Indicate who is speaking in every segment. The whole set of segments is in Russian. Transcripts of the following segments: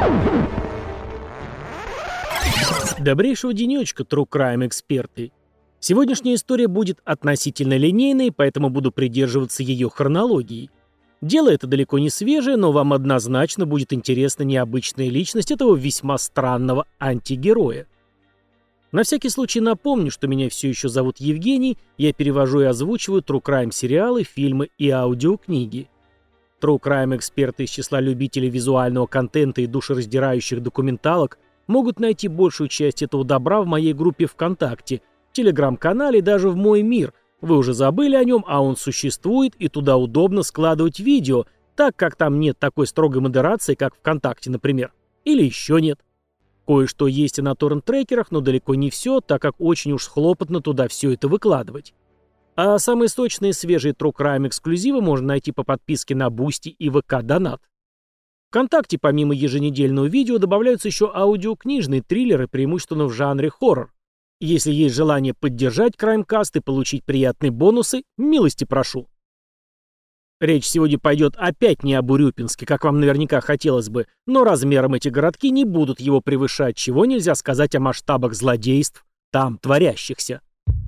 Speaker 1: Добрейшего денечка, True Crime эксперты. Сегодняшняя история будет относительно линейной, поэтому буду придерживаться ее хронологии. Дело это далеко не свежее, но вам однозначно будет интересна необычная личность этого весьма странного антигероя. На всякий случай напомню, что меня все еще зовут Евгений, я перевожу и озвучиваю True Crime сериалы, фильмы и аудиокниги. True Crime эксперты из числа любителей визуального контента и душераздирающих документалок могут найти большую часть этого добра в моей группе ВКонтакте, Телеграм-канале и даже в «Мой мир». Вы уже забыли о нем, а он существует, и туда удобно складывать видео, так как там нет такой строгой модерации, как ВКонтакте, например. Или еще нет. Кое-что есть и на торрент-трекерах, но далеко не все, так как очень уж хлопотно туда все это выкладывать. А самые сочные и свежие True Crime эксклюзивы можно найти по подписке на Boosty и ВК Донат. ВКонтакте помимо еженедельного видео добавляются еще аудиокнижные триллеры, преимущественно в жанре хоррор. Если есть желание поддержать Crimecast и получить приятные бонусы, милости прошу. Речь сегодня пойдет опять не об Урюпинске, как вам наверняка хотелось бы, но размером эти городки не будут его превышать, чего нельзя сказать о масштабах злодейств, там творящихся.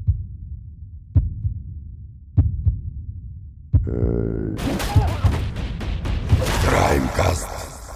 Speaker 2: Crimecast.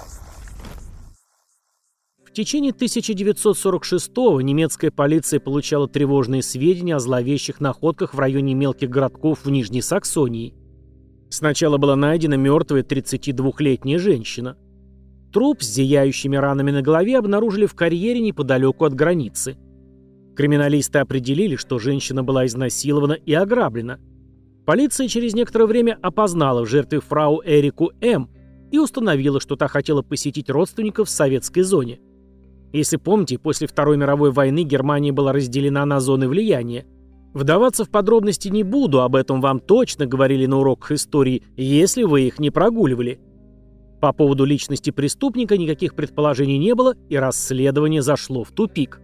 Speaker 1: В течение 1946-го немецкая полиция получала тревожные сведения о зловещих находках в районе мелких городков в Нижней Саксонии. Сначала была найдена мертвая 32-летняя женщина. Труп с зияющими ранами на голове обнаружили в карьере неподалеку от границы. Криминалисты определили, что женщина была изнасилована и ограблена. Полиция через некоторое время опознала в жертве фрау Эрику М. и установила, что та хотела посетить родственников в советской зоне. Если помните, после Второй мировой войны Германия была разделена на зоны влияния. Вдаваться в подробности не буду, об этом вам точно говорили на уроках истории, если вы их не прогуливали. По поводу личности преступника никаких предположений не было, и расследование зашло в тупик.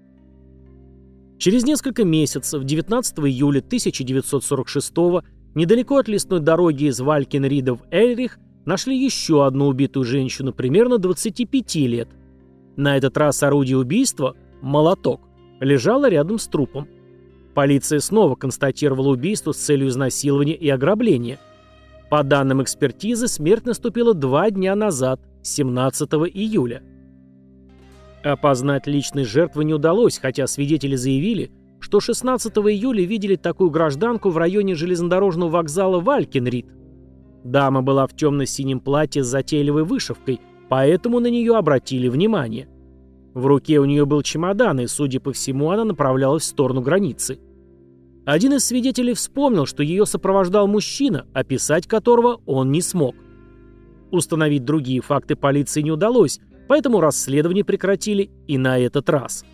Speaker 1: Через несколько месяцев, 19 июля 1946-го, недалеко от лесной дороги из Валькенрида в Эльрих, нашли еще одну убитую женщину примерно 25 лет. На этот раз орудие убийства, молоток, лежало рядом с трупом. Полиция снова констатировала убийство с целью изнасилования и ограбления. По данным экспертизы, смерть наступила 2 дня назад, 17 июля. Опознать личность жертвы не удалось, хотя свидетели заявили, что 16 июля видели такую гражданку в районе железнодорожного вокзала Валькенрид. Дама была в темно-синем платье с затейливой вышивкой, поэтому на нее обратили внимание. В руке у нее был чемодан, и, судя по всему, она направлялась в сторону границы. Один из свидетелей вспомнил, что ее сопровождал мужчина, описать которого он не смог. Установить другие факты полиции не удалось, поэтому расследование прекратили и на этот раз.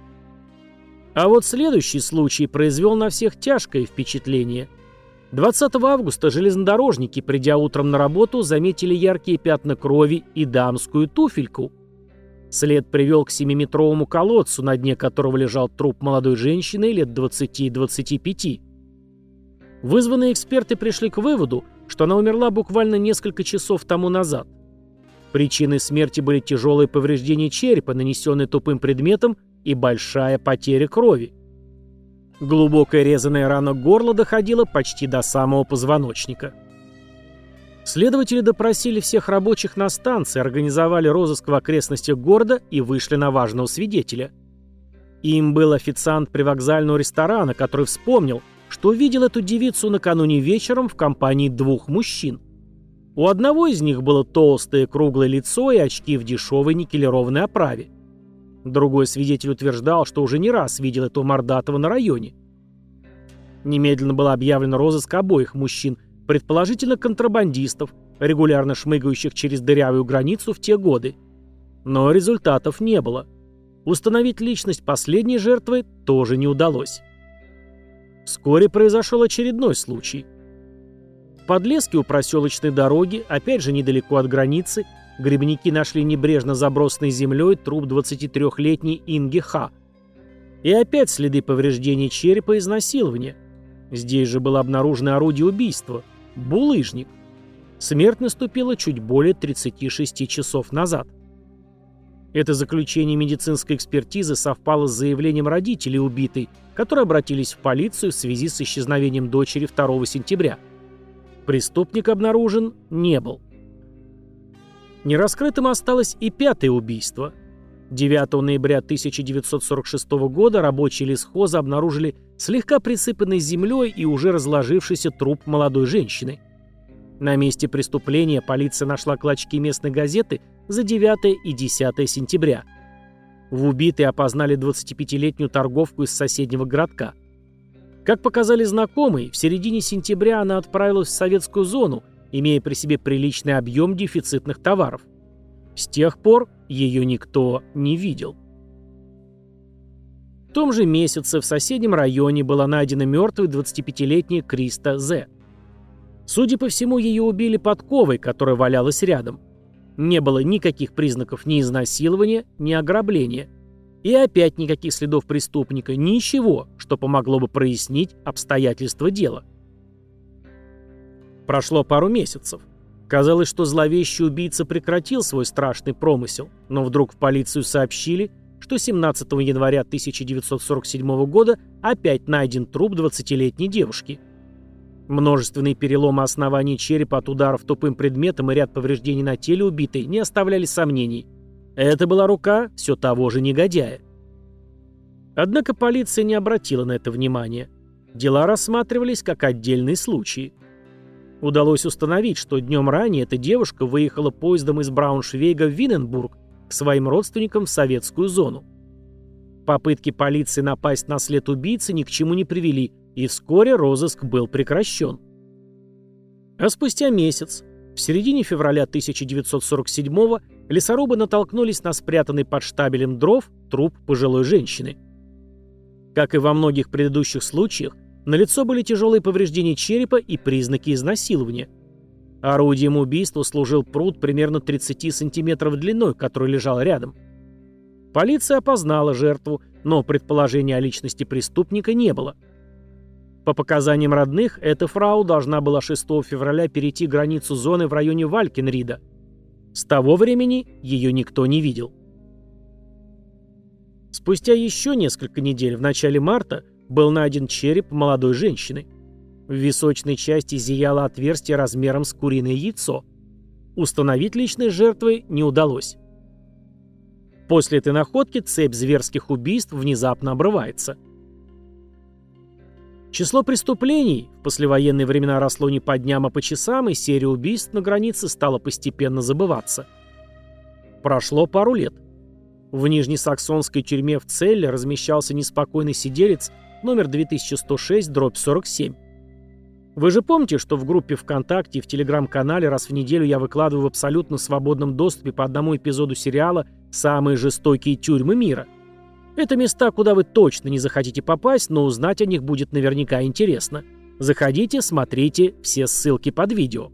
Speaker 1: А вот следующий случай произвел на всех тяжкое впечатление. 20 августа железнодорожники, придя утром на работу, заметили яркие пятна крови и дамскую туфельку. След привел к 7-метровому колодцу, на дне которого лежал труп молодой женщины лет 20-25. Вызванные эксперты пришли к выводу, что она умерла буквально несколько часов тому назад. Причиной смерти были тяжелые повреждения черепа, нанесенные тупым предметом, и большая потеря крови. Глубокая резаная рана горла доходила почти до самого позвоночника. Следователи допросили всех рабочих на станции, организовали розыск в окрестностях города и вышли на важного свидетеля. Им был официант привокзального ресторана, который вспомнил, что видел эту девицу накануне вечером в компании 2 мужчин. У одного из них было толстое круглое лицо и очки в дешевой никелированной оправе. Другой свидетель утверждал, что уже не раз видел этого мордатого на районе. Немедленно был объявлен розыск обоих мужчин, предположительно контрабандистов, регулярно шмыгающих через дырявую границу в те годы. Но результатов не было. Установить личность последней жертвы тоже не удалось. Вскоре произошел очередной случай. В подлеске у проселочной дороги, опять же недалеко от границы, грибники нашли небрежно забросанной землей труп 23-летней Инги Ха. И опять следы повреждений черепа и изнасилования. Здесь же было обнаружено орудие убийства – булыжник. Смерть наступила чуть более 36 часов назад. Это заключение медицинской экспертизы совпало с заявлением родителей убитой, которые обратились в полицию в связи с исчезновением дочери 2 сентября. Преступник обнаружен не был. Нераскрытым осталось и 5-е убийство. 9 ноября 1946 года рабочие лесхоза обнаружили слегка присыпанный землей и уже разложившийся труп молодой женщины. На месте преступления полиция нашла клочки местной газеты за 9 и 10 сентября. В убитой опознали 25-летнюю торговку из соседнего городка. Как показали знакомые, в середине сентября она отправилась в советскую зону, имея при себе приличный объем дефицитных товаров. С тех пор ее никто не видел. В том же месяце в соседнем районе была найдена мертвой 25-летняя Криста З. Судя по всему, ее убили подковой, которая валялась рядом. Не было никаких признаков ни изнасилования, ни ограбления. И опять никаких следов преступника, ничего, что помогло бы прояснить обстоятельства дела. Прошло пару месяцев. Казалось, что зловещий убийца прекратил свой страшный промысел, но вдруг в полицию сообщили, что 17 января 1947 года опять найден труп 20-летней девушки. Множественные переломы оснований черепа от ударов тупым предметом и ряд повреждений на теле убитой не оставляли сомнений. Это была рука все того же негодяя. Однако полиция не обратила на это внимания. Дела рассматривались как отдельные случаи. Удалось установить, что днем ранее эта девушка выехала поездом из Брауншвейга в Винненбург к своим родственникам в советскую зону. Попытки полиции напасть на след убийцы ни к чему не привели, и вскоре розыск был прекращен. А спустя месяц, в середине февраля 1947-го, лесорубы натолкнулись на спрятанный под штабелем дров труп пожилой женщины. Как и во многих предыдущих случаях, на лицо были тяжелые повреждения черепа и признаки изнасилования. Орудием убийства служил прут примерно 30 сантиметров длиной, который лежал рядом. Полиция опознала жертву, но предположения о личности преступника не было. По показаниям родных, эта фрау должна была 6 февраля перейти границу зоны в районе Валькенрида. С того времени ее никто не видел. Спустя еще несколько недель, в начале марта, был найден череп молодой женщины. В височной части зияло отверстие размером с куриное яйцо. Установить личность жертвы не удалось. После этой находки цепь зверских убийств внезапно обрывается. Число преступлений в послевоенные времена росло не по дням, а по часам, и серия убийств на границе стала постепенно забываться. Прошло пару лет. В нижнесаксонской тюрьме в Целле размещался неспокойный сиделец номер 2106/47. Вы же помните, что в группе ВКонтакте и в Телеграм-канале раз в неделю я выкладываю в абсолютно свободном доступе по одному эпизоду сериала «Самые жестокие тюрьмы мира». Это места, куда вы точно не захотите попасть, но узнать о них будет наверняка интересно. Заходите, смотрите, все ссылки под видео.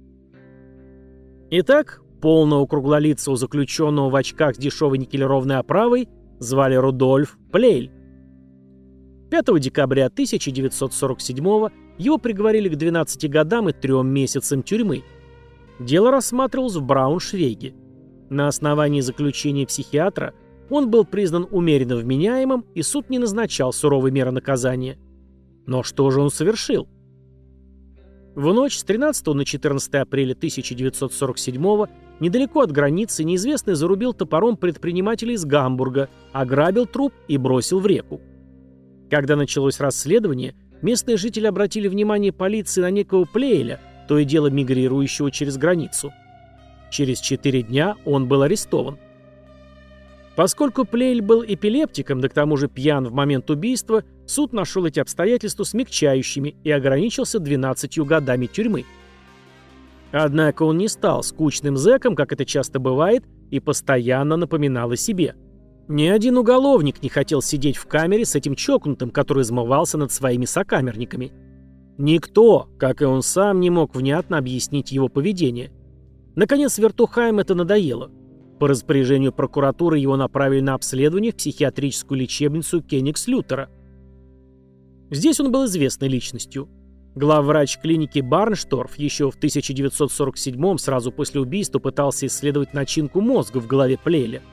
Speaker 1: Итак, полного круглолицего заключенного в очках с дешевой никелированной оправой звали Рудольф Плейль. 5 декабря 1947 его приговорили к 12 годам и 3 месяцам тюрьмы. Дело рассматривалось в Брауншвейге. На основании заключения психиатра он был признан умеренно вменяемым, и суд не назначал суровой меры наказания. Но что же он совершил? В ночь с 13 на 14 апреля 1947 недалеко от границы неизвестный зарубил топором предпринимателя из Гамбурга, ограбил труп и бросил в реку. Когда началось расследование, местные жители обратили внимание полиции на некого Плейля, то и дело мигрирующего через границу. Через 4 дня он был арестован. Поскольку Плейль был эпилептиком, да к тому же пьян в момент убийства, суд нашел эти обстоятельства смягчающими и ограничился 12 годами тюрьмы. Однако он не стал скучным зэком, как это часто бывает, и постоянно напоминал о себе. Ни один уголовник не хотел сидеть в камере с этим чокнутым, который измывался над своими сокамерниками. Никто, как и он сам, не мог внятно объяснить его поведение. Наконец, Вертухайм это надоело. По распоряжению прокуратуры его направили на обследование в психиатрическую лечебницу Кенигслютера. Здесь он был известной личностью. Главврач клиники Барншторф еще в 1947-м, сразу после убийства, пытался исследовать начинку мозга в голове Плейля.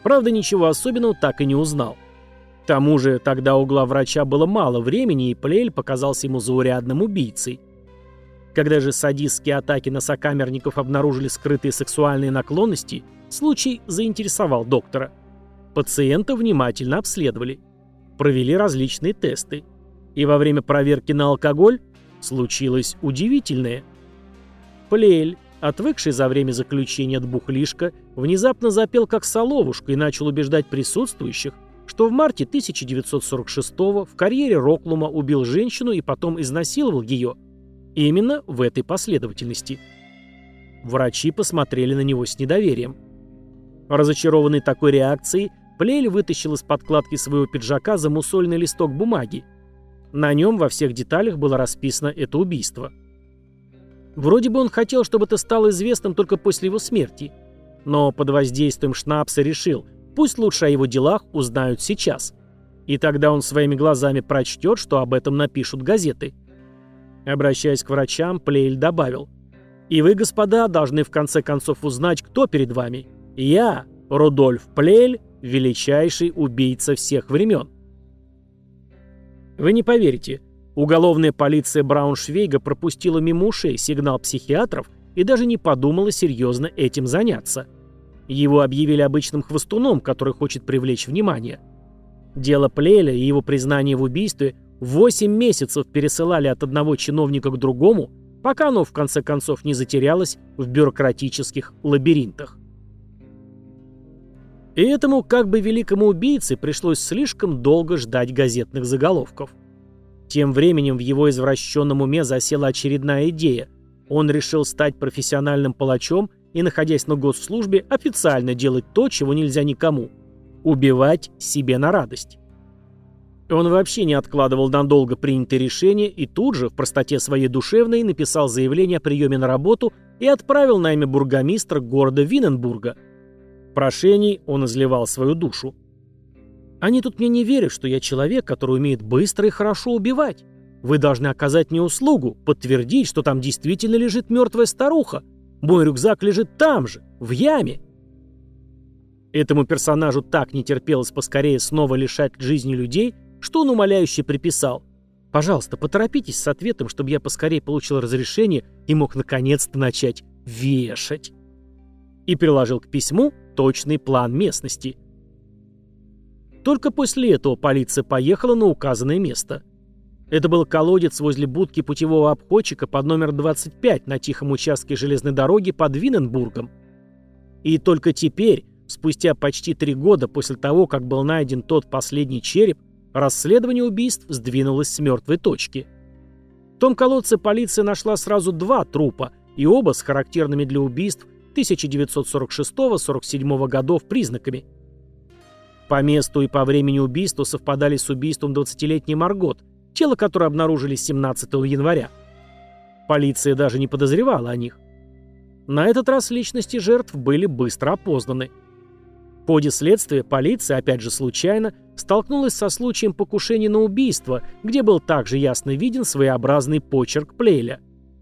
Speaker 1: Правда, ничего особенного так и не узнал. К тому же, тогда у главврача было мало времени, и Плейль показался ему заурядным убийцей. Когда же садистские атаки на сокамерников обнаружили скрытые сексуальные наклонности, случай заинтересовал доктора. Пациента внимательно обследовали. Провели различные тесты. И во время проверки на алкоголь случилось удивительное. Плейль, отвыкший за время заключения от бухлишка, внезапно запел как соловушка и начал убеждать присутствующих, что в марте 1946-го в карьере Роклума убил женщину и потом изнасиловал ее. Именно в этой последовательности. Врачи посмотрели на него с недоверием. Разочарованный такой реакцией, Плейль вытащил из подкладки своего пиджака замусоленный листок бумаги. На нем во всех деталях было расписано это убийство. Вроде бы он хотел, чтобы это стало известным только после его смерти. Но под воздействием шнапса решил, пусть лучше о его делах узнают сейчас. И тогда он своими глазами прочтет, что об этом напишут газеты. Обращаясь к врачам, Плейль добавил: «И вы, господа, должны в конце концов узнать, кто перед вами. Я, Рудольф Плейль, величайший убийца всех времен». Вы не поверите, уголовная полиция Брауншвейга пропустила мимо ушей сигнал психиатров и даже не подумала серьезно этим заняться. Его объявили обычным хвостуном, который хочет привлечь внимание. Дело Плейля и его признание в убийстве 8 месяцев пересылали от одного чиновника к другому, пока оно в конце концов не затерялось в бюрократических лабиринтах. И этому как бы великому убийце пришлось слишком долго ждать газетных заголовков. Тем временем в его извращенном уме засела очередная идея. Он решил стать профессиональным палачом и, находясь на госслужбе, официально делать то, чего нельзя никому – убивать себе на радость. Он вообще не откладывал надолго принятое решение и тут же, в простоте своей душевной, написал заявление о приеме на работу и отправил на имя бургомистра города Винненбурга. В прошении он изливал свою душу. «Они тут мне не верят, что я человек, который умеет быстро и хорошо убивать. Вы должны оказать мне услугу, подтвердить, что там действительно лежит мертвая старуха. Мой рюкзак лежит там же, в яме». Этому персонажу так не терпелось поскорее снова лишать жизни людей, что он умоляюще приписал: «Пожалуйста, поторопитесь с ответом, чтобы я поскорее получил разрешение и мог наконец-то начать вешать». И приложил к письму точный план местности. Только после этого полиция поехала на указанное место. Это был колодец возле будки путевого обходчика под номер 25 на тихом участке железной дороги под Винненбургом. И только теперь, спустя почти 3 года после того, как был найден тот последний череп, расследование убийств сдвинулось с мертвой точки. В том колодце полиция нашла сразу 2 трупа, и оба с характерными для убийств 1946-47 годов признаками. По месту и по времени убийства совпадали с убийством 20-летней Маргот, тело которой обнаружили 17 января. Полиция даже не подозревала о них. На этот раз личности жертв были быстро опознаны. В ходе следствия полиция, опять же случайно, столкнулась со случаем покушения на убийство, где был также ясно виден своеобразный почерк Плейля.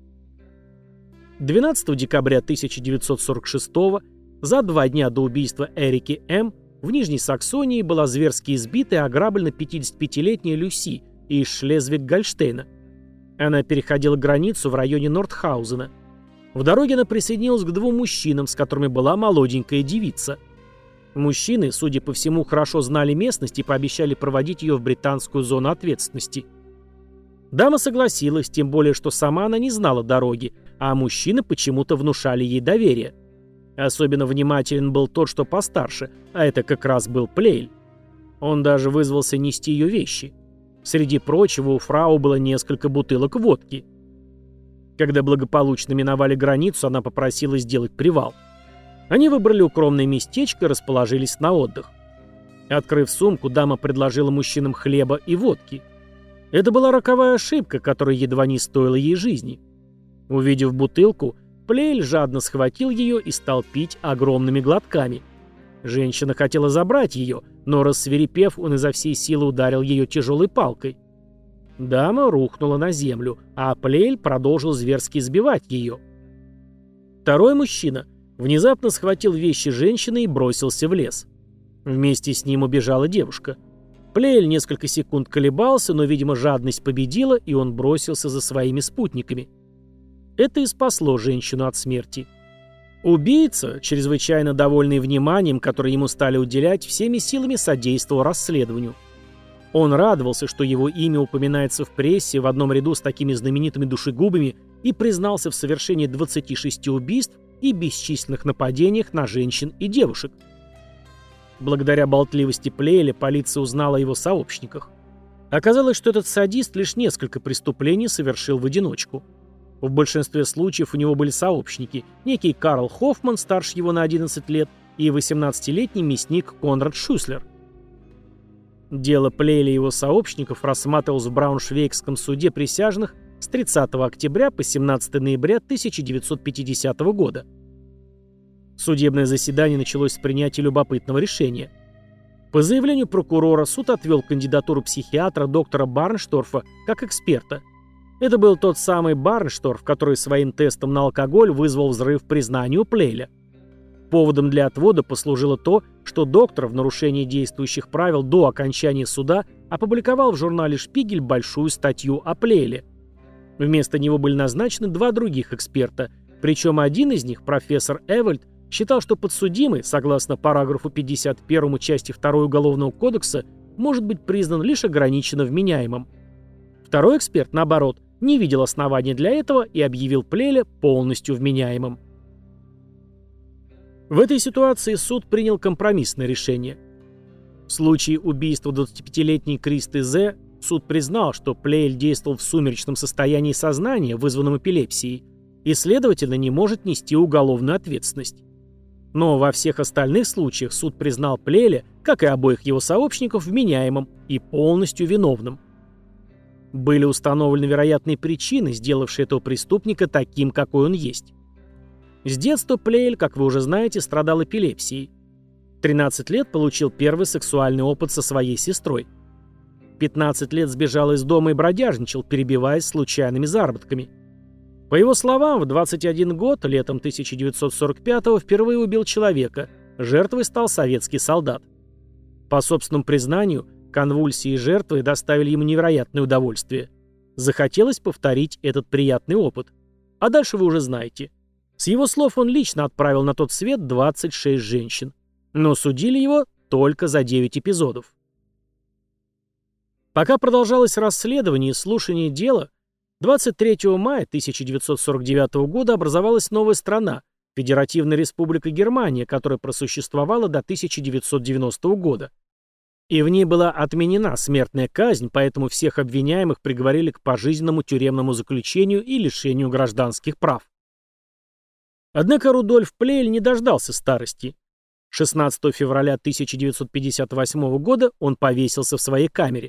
Speaker 1: 12 декабря 1946 за 2 дня до убийства Эрики М., в Нижней Саксонии была зверски избита и ограблена 55-летняя Люси из Шлезвиг-Гольштейна. Она переходила границу в районе Нордхаузена. В дороге она присоединилась к 2 мужчинам, с которыми была молоденькая девица. Мужчины, судя по всему, хорошо знали местность и пообещали проводить ее в британскую зону ответственности. Дама согласилась, тем более, что сама она не знала дороги, а мужчины почему-то внушали ей доверие. Особенно внимателен был тот, что постарше, а это как раз был Плейль. Он даже вызвался нести ее вещи. Среди прочего у фрау было несколько бутылок водки. Когда благополучно миновали границу, она попросила сделать привал. Они выбрали укромное местечко и расположились на отдых. Открыв сумку, дама предложила мужчинам хлеба и водки. Это была роковая ошибка, которая едва не стоила ей жизни. Увидев бутылку, Плейль жадно схватил ее и стал пить огромными глотками. Женщина хотела забрать ее, но, рассвирепев, он изо всей силы ударил ее тяжелой палкой. Дама рухнула на землю, а Плейль продолжил зверски избивать ее. Второй мужчина внезапно схватил вещи женщины и бросился в лес. Вместе с ним убежала девушка. Плейль несколько секунд колебался, но, видимо, жадность победила, и он бросился за своими спутниками. Это и спасло женщину от смерти. Убийца, чрезвычайно довольный вниманием, которое ему стали уделять, всеми силами содействовал расследованию. Он радовался, что его имя упоминается в прессе в одном ряду с такими знаменитыми душегубами, и признался в совершении 26 убийств и бесчисленных нападениях на женщин и девушек. Благодаря болтливости Плейля полиция узнала о его сообщниках. Оказалось, что этот садист лишь несколько преступлений совершил в одиночку. В большинстве случаев у него были сообщники: некий Карл Хоффман, старше его на 11 лет, и 18-летний мясник Конрад Шюслер. Дело Плейля и его сообщников рассматривалось в Брауншвейгском суде присяжных с 30 октября по 17 ноября 1950 года. Судебное заседание началось с принятия любопытного решения. По заявлению прокурора суд отвел кандидатуру психиатра доктора Барншторфа как эксперта. Это был тот самый Барншторф, который своим тестом на алкоголь вызвал взрыв признания у Плейля. Поводом для отвода послужило то, что доктор в нарушении действующих правил до окончания суда опубликовал в журнале «Шпигель» большую статью о Плейле. Вместо него были назначены два других эксперта, причем один из них, профессор Эвальд, считал, что подсудимый, согласно параграфу 51 части 2 Уголовного кодекса, может быть признан лишь ограниченно вменяемым. Второй эксперт, наоборот, не видел основания для этого и объявил Плейля полностью вменяемым. В этой ситуации суд принял компромиссное решение. В случае убийства 25-летней Кристы З. суд признал, что Плейль действовал в сумеречном состоянии сознания, вызванном эпилепсией, и, следовательно, не может нести уголовную ответственность. Но во всех остальных случаях суд признал Плейля, как и обоих его сообщников, вменяемым и полностью виновным. Были установлены вероятные причины, сделавшие этого преступника таким, какой он есть. С детства Плейль, как вы уже знаете, страдал эпилепсией. В 13 лет получил первый сексуальный опыт со своей сестрой. 15 лет сбежал из дома и бродяжничал, перебиваясь случайными заработками. По его словам, в 21 год, летом 1945-го, впервые убил человека, жертвой стал советский солдат. По собственному признанию, конвульсии жертвы доставили ему невероятное удовольствие. Захотелось повторить этот приятный опыт. А дальше вы уже знаете. С его слов, он лично отправил на тот свет 26 женщин. Но судили его только за 9 эпизодов. Пока продолжалось расследование и слушание дела, 23 мая 1949 года образовалась новая страна – Федеративная Республика Германия, которая просуществовала до 1990 года. И в ней была отменена смертная казнь, поэтому всех обвиняемых приговорили к пожизненному тюремному заключению и лишению гражданских прав. Однако Рудольф Плейль не дождался старости. 16 февраля 1958 года он повесился в своей камере.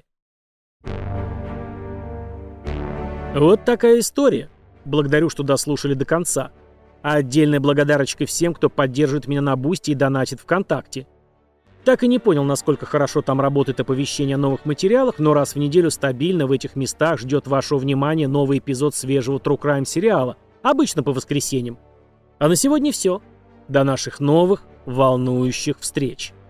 Speaker 1: Вот такая история. Благодарю, что дослушали до конца. А отдельная благодарочка всем, кто поддерживает меня на Бусти и донатит ВКонтакте. Так и не понял, насколько хорошо там работает оповещение о новых материалах, но раз в неделю стабильно в этих местах ждет вашего внимания новый эпизод свежего True Crime сериала, обычно по воскресеньям. А на сегодня все. До наших новых, волнующих встреч.